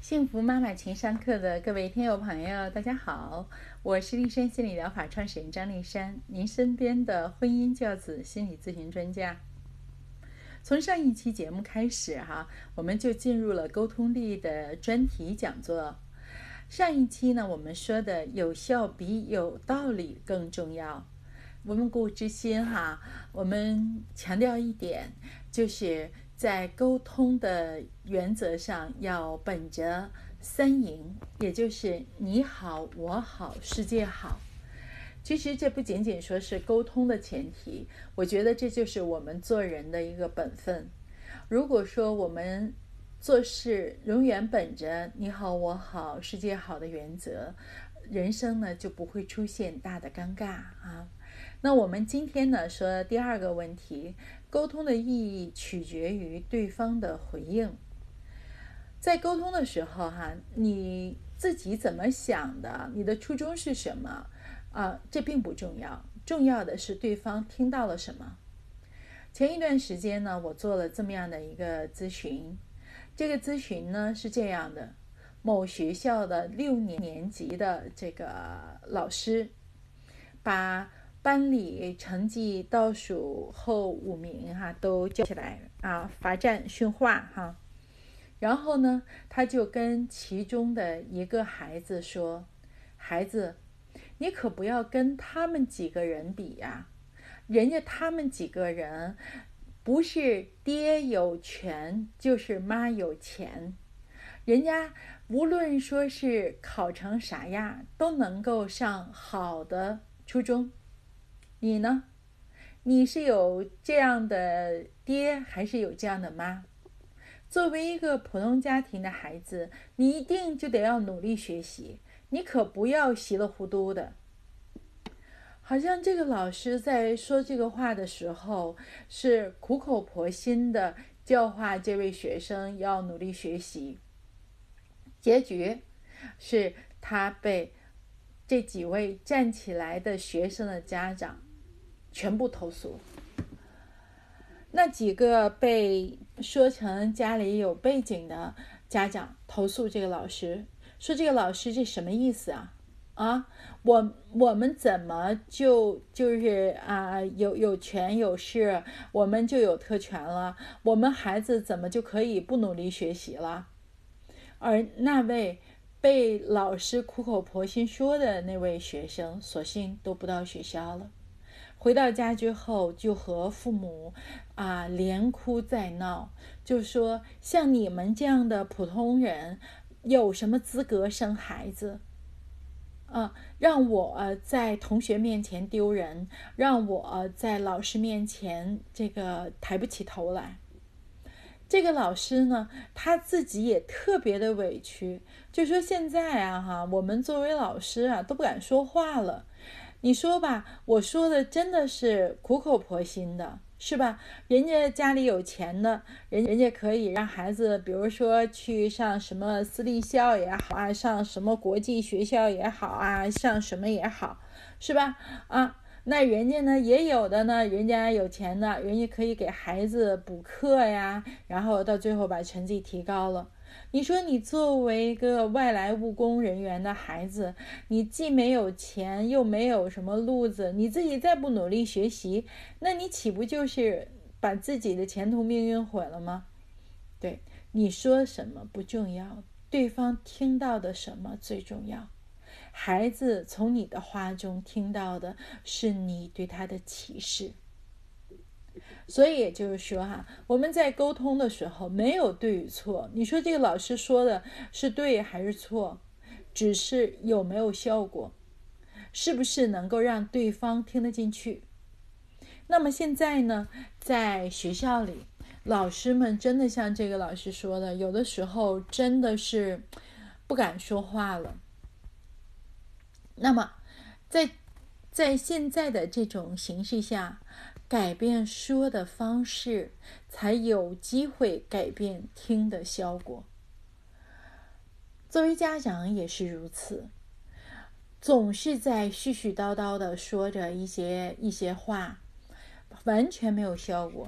幸福妈妈情商课的各位听友朋友，大家好，我是丽珊心理疗法创始人张丽珊，您身边的婚姻教子心理咨询专家。从上一期节目开始我们就进入了沟通力的专题讲座。上一期呢，我们说的有效比有道理更重要。温故知新我们强调一点，就是在沟通的原则上要本着三赢，也就是你好我好世界好。其实这不仅仅说是沟通的前提，我觉得这就是我们做人的一个本分。如果说我们做事永远本着你好我好世界好的原则，人生呢就不会出现大的尴尬那我们今天呢说第二个问题，沟通的意义取决于对方的回应。在沟通的时候你自己怎么想的，你的初衷是什么这并不重要，重要的是对方听到了什么。前一段时间呢，我做了这么样的一个咨询，这个咨询呢是这样的，某学校的6年级的这个老师把班里成绩倒数后5名都叫起来罚站训话然后呢，他就跟其中的一个孩子说，孩子，你可不要跟他们几个人比人家他们几个人不是爹有权就是妈有钱，人家无论说是考成啥样都能够上好的初中。你呢？你是有这样的爹还是有这样的妈？作为一个普通家庭的孩子，你一定就得要努力学习，你可不要稀里糊涂的。好像这个老师在说这个话的时候，是苦口婆心的教化这位学生要努力学习。结局是他被这几位站起来的学生的家长全部投诉。那几个被说成家里有背景的家长投诉这个老师，说这个老师这什么意思我们怎么就是有权有势，我们就有特权了？我们孩子怎么就可以不努力学习了？而那位被老师苦口婆心说的那位学生，索性都不到学校了。回到家之后，就和父母连哭带闹，就说像你们这样的普通人，有什么资格生孩子？让我在同学面前丢人，让我在老师面前这个抬不起头来。这个老师呢，他自己也特别的委屈，就说现在我们作为老师都不敢说话了。你说吧，我说的真的是苦口婆心的，是吧？人家家里有钱的，人家可以让孩子，比如说去上什么私立校也好上什么国际学校也好上什么也好，是吧？那人家呢也有的呢，人家有钱的，人家可以给孩子补课呀，然后到最后把成绩提高了。你说你作为一个外来务工人员的孩子，你既没有钱又没有什么路子，你自己再不努力学习，那你岂不就是把自己的前途命运毁了吗？对，你说什么不重要，对方听到的什么最重要。孩子从你的话中听到的是你对他的启示。所以也就是说我们在沟通的时候没有对与错，你说这个老师说的是对还是错，只是有没有效果，是不是能够让对方听得进去。那么现在呢，在学校里，老师们真的像这个老师说的，有的时候真的是不敢说话了。那么在现在的这种形势下，改变说的方式，才有机会改变听的效果。作为家长也是如此，总是在絮叨叨的说着一些话，完全没有效果。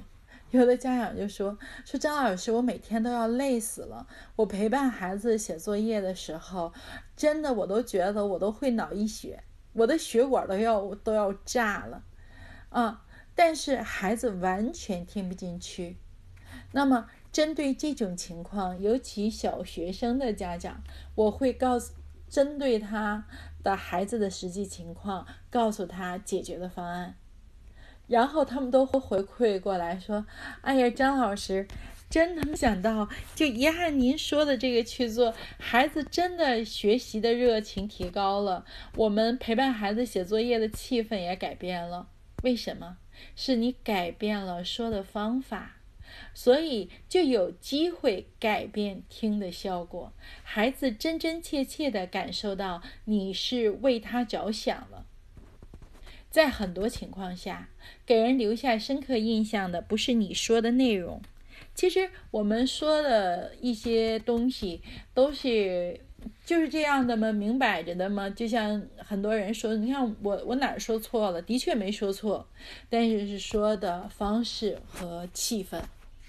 有的家长就说张老师，我每天都要累死了，我陪伴孩子写作业的时候，真的我都觉得我都会脑溢血，我的血管都要炸了啊！但是孩子完全听不进去。那么针对这种情况，尤其小学生的家长，我会针对他的孩子的实际情况，告诉他解决的方案。然后他们都会回馈过来说，哎呀，张老师真的没想到，就一按您说的这个去做，孩子真的学习的热情提高了，我们陪伴孩子写作业的气氛也改变了。为什么？是你改变了说的方法，所以就有机会改变听的效果，孩子真真切切地感受到你是为他着想了。在很多情况下，给人留下深刻印象的不是你说的内容，其实我们说的一些东西都是就是这样的吗？明摆着的吗？就像很多人说，你看我哪儿说错了？的确没说错，但是说的方式和气氛。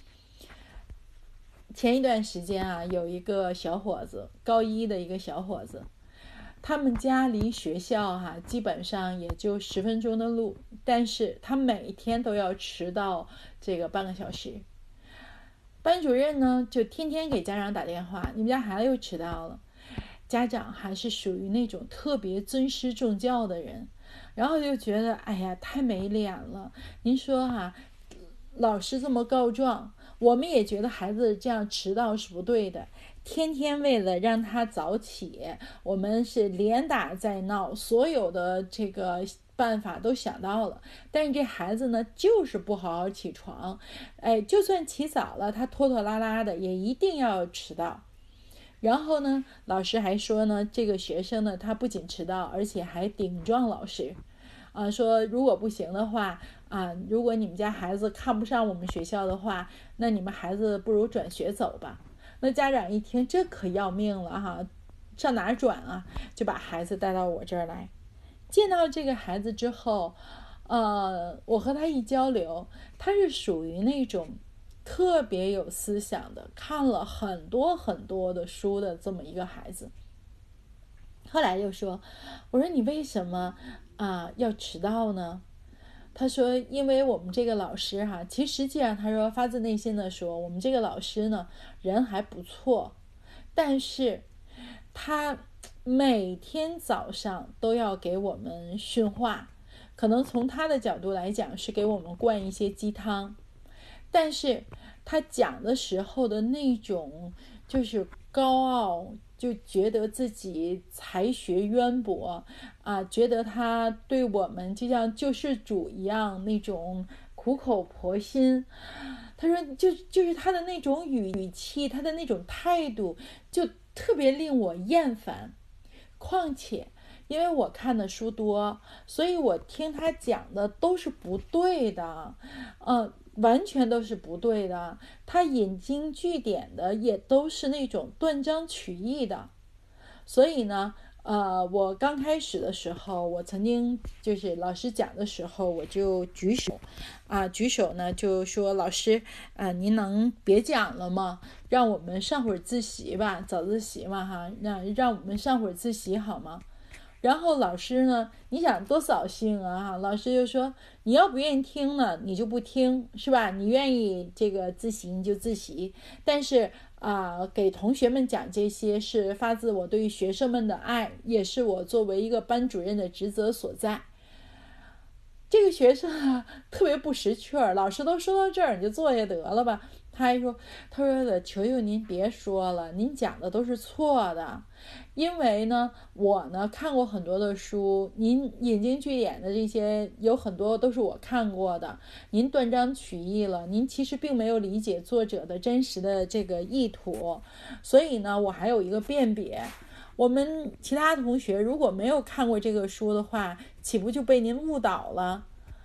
前一段时间啊，有一个小伙子，高一的一个小伙子，他们家离学校基本上也就10分钟的路，但是他每天都要迟到这个半个小时。班主任呢就天天给家长打电话，你们家孩子又迟到了。家长还是属于那种特别尊师重教的人，然后就觉得哎呀太没脸了。您说老师这么告状，我们也觉得孩子这样迟到是不对的，天天为了让他早起，我们是连打再闹，所有的这个办法都想到了，但是这孩子呢就是不好好起床，就算起早了，他拖拖拉拉的也一定要迟到。然后呢，老师还说呢，这个学生呢，他不仅迟到，而且还顶撞老师，说如果不行的话，如果你们家孩子看不上我们学校的话，那你们孩子不如转学走吧。那家长一听，这可要命了上哪儿转啊？就把孩子带到我这儿来。见到这个孩子之后，我和他一交流，他是属于那种特别有思想的，看了很多很多的书的这么一个孩子。后来就说，我说你为什么要迟到呢？他说因为我们这个老师其实际上他说发自内心的说，我们这个老师呢人还不错，但是他每天早上都要给我们训话，可能从他的角度来讲是给我们灌一些鸡汤，但是他讲的时候的那种就是高傲，就觉得自己才学渊博觉得他对我们就像救世主一样那种苦口婆心。他说就是他的那种语气，他的那种态度就特别令我厌烦。况且因为我看的书多，所以我听他讲的都是不对的，完全都是不对的。他引经据典的也都是那种断章取义的。所以呢，我刚开始的时候，我曾经就是老师讲的时候，我就举手呢，就说老师您能别讲了吗？让我们上会儿自习吧，早自习嘛让我们上会儿自习好吗？然后老师呢，你想多扫兴老师就说你要不愿意听呢，你就不听，是吧？你愿意这个自习你就自习，但是给同学们讲这些是发自我对于学生们的爱，也是我作为一个班主任的职责所在。这个学生特别不识趣儿，老师都说到这儿，你就坐下得了吧。他还说，他说的求求您别说了，您讲的都是错的。因为呢，我呢看过很多的书，您引经据典的这些有很多都是我看过的，您断章取义了，您其实并没有理解作者的真实的这个意图。所以呢，我还有一个辩别。我们其他同学如果没有看过这个书的话，岂不就被您误导了？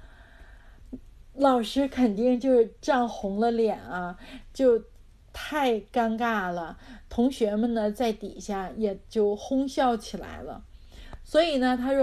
老师肯定就是涨红了脸就太尴尬了。同学们呢在底下也就哄笑起来了。所以呢，他说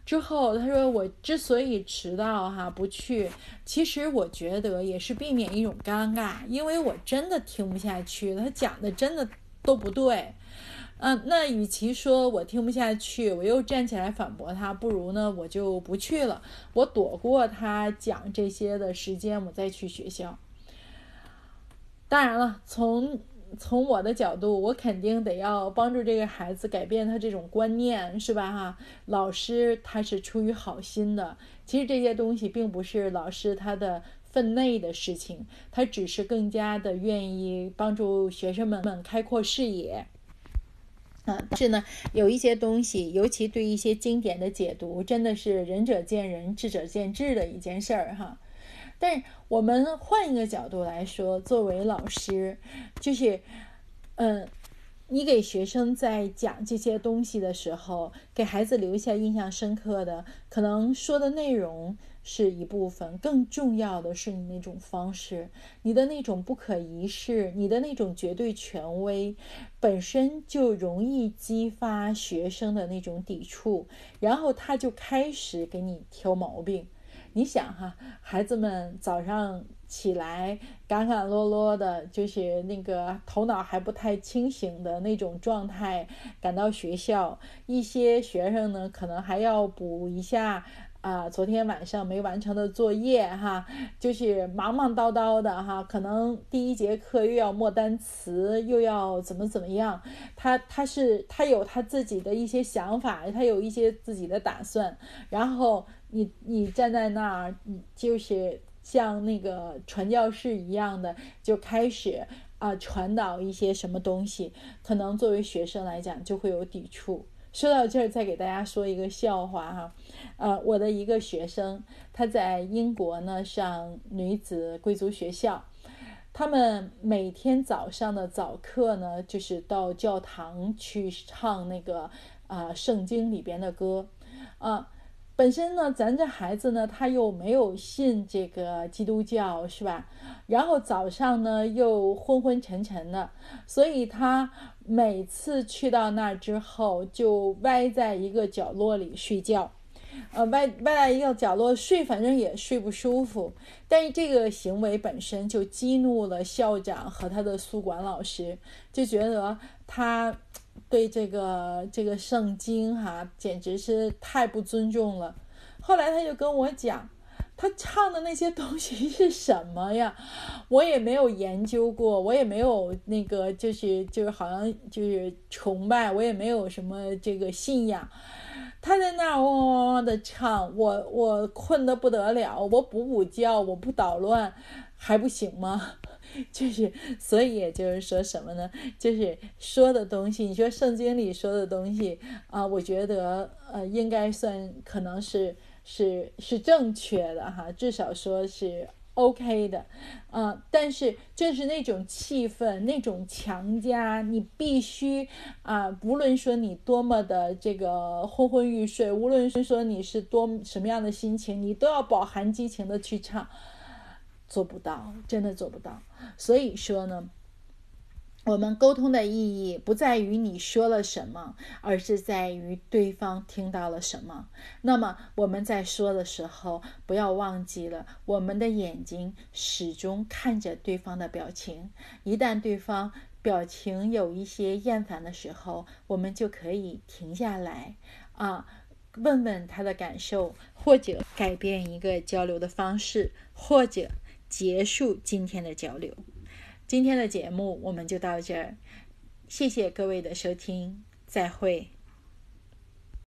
之后他说我之所以迟到不去，其实我觉得也是避免一种尴尬，因为我真的听不下去，他讲的真的都不对。那与其说我听不下去，我又站起来反驳他，不如呢我就不去了，我躲过他讲这些的时间，我再去学校。当然了，从我的角度，我肯定得要帮助这个孩子改变他这种观念，是吧老师他是出于好心的，其实这些东西并不是老师他的分内的事情，他只是更加的愿意帮助学生们开阔视野。但是呢，有一些东西，尤其对一些经典的解读，真的是仁者见仁，智者见智的一件事儿但是我们换一个角度来说，作为老师，就是你给学生在讲这些东西的时候，给孩子留下印象深刻的，可能说的内容是一部分，更重要的是你那种方式，你的那种不可一世，你的那种绝对权威，本身就容易激发学生的那种抵触，然后他就开始给你挑毛病。你想孩子们早上起来赶赶落落的，就是那个头脑还不太清醒的那种状态赶到学校，一些学生呢可能还要补一下昨天晚上没完成的作业就是忙忙叨叨的可能第一节课又要默单词，又要怎么样，他有他自己的一些想法，他有一些自己的打算，然后你站在那儿，就是像那个传教士一样的就开始传导一些什么东西，可能作为学生来讲就会有抵触。说到这儿，再给大家说一个笑话我的一个学生，他在英国呢上女子贵族学校，他们每天早上的早课呢，就是到教堂去唱那个圣经里边的歌本身呢，咱这孩子呢，他又没有信这个基督教，是吧？然后早上呢又昏昏沉沉的，所以他每次去到那儿之后，就歪在一个角落里睡觉。歪在一个角落睡，反正也睡不舒服。但是这个行为本身就激怒了校长和他的宿管老师，就觉得他对这个圣经简直是太不尊重了。后来他就跟我讲，他唱的那些东西是什么呀？我也没有研究过，我也没有那个就是好像就是崇拜，我也没有什么这个信仰。他在那儿汪汪汪的唱，我困得不得了，我补觉，我不捣乱还不行吗？所以也就是说什么呢？就是说的东西，你说圣经里说的东西我觉得应该算可能是正确的至少说是 OK 的但是正是那种气氛，那种强加，你必须无论说你多么的这个昏昏欲睡，无论说你是什么样的心情，你都要饱含激情的去唱，做不到，真的做不到。所以说呢，我们沟通的意义不在于你说了什么，而是在于对方听到了什么。那么我们在说的时候，不要忘记了我们的眼睛始终看着对方的表情，一旦对方表情有一些厌烦的时候，我们就可以停下来问问他的感受，或者改变一个交流的方式，或者结束今天的交流。今天的节目我们就到这儿，谢谢各位的收听，再会。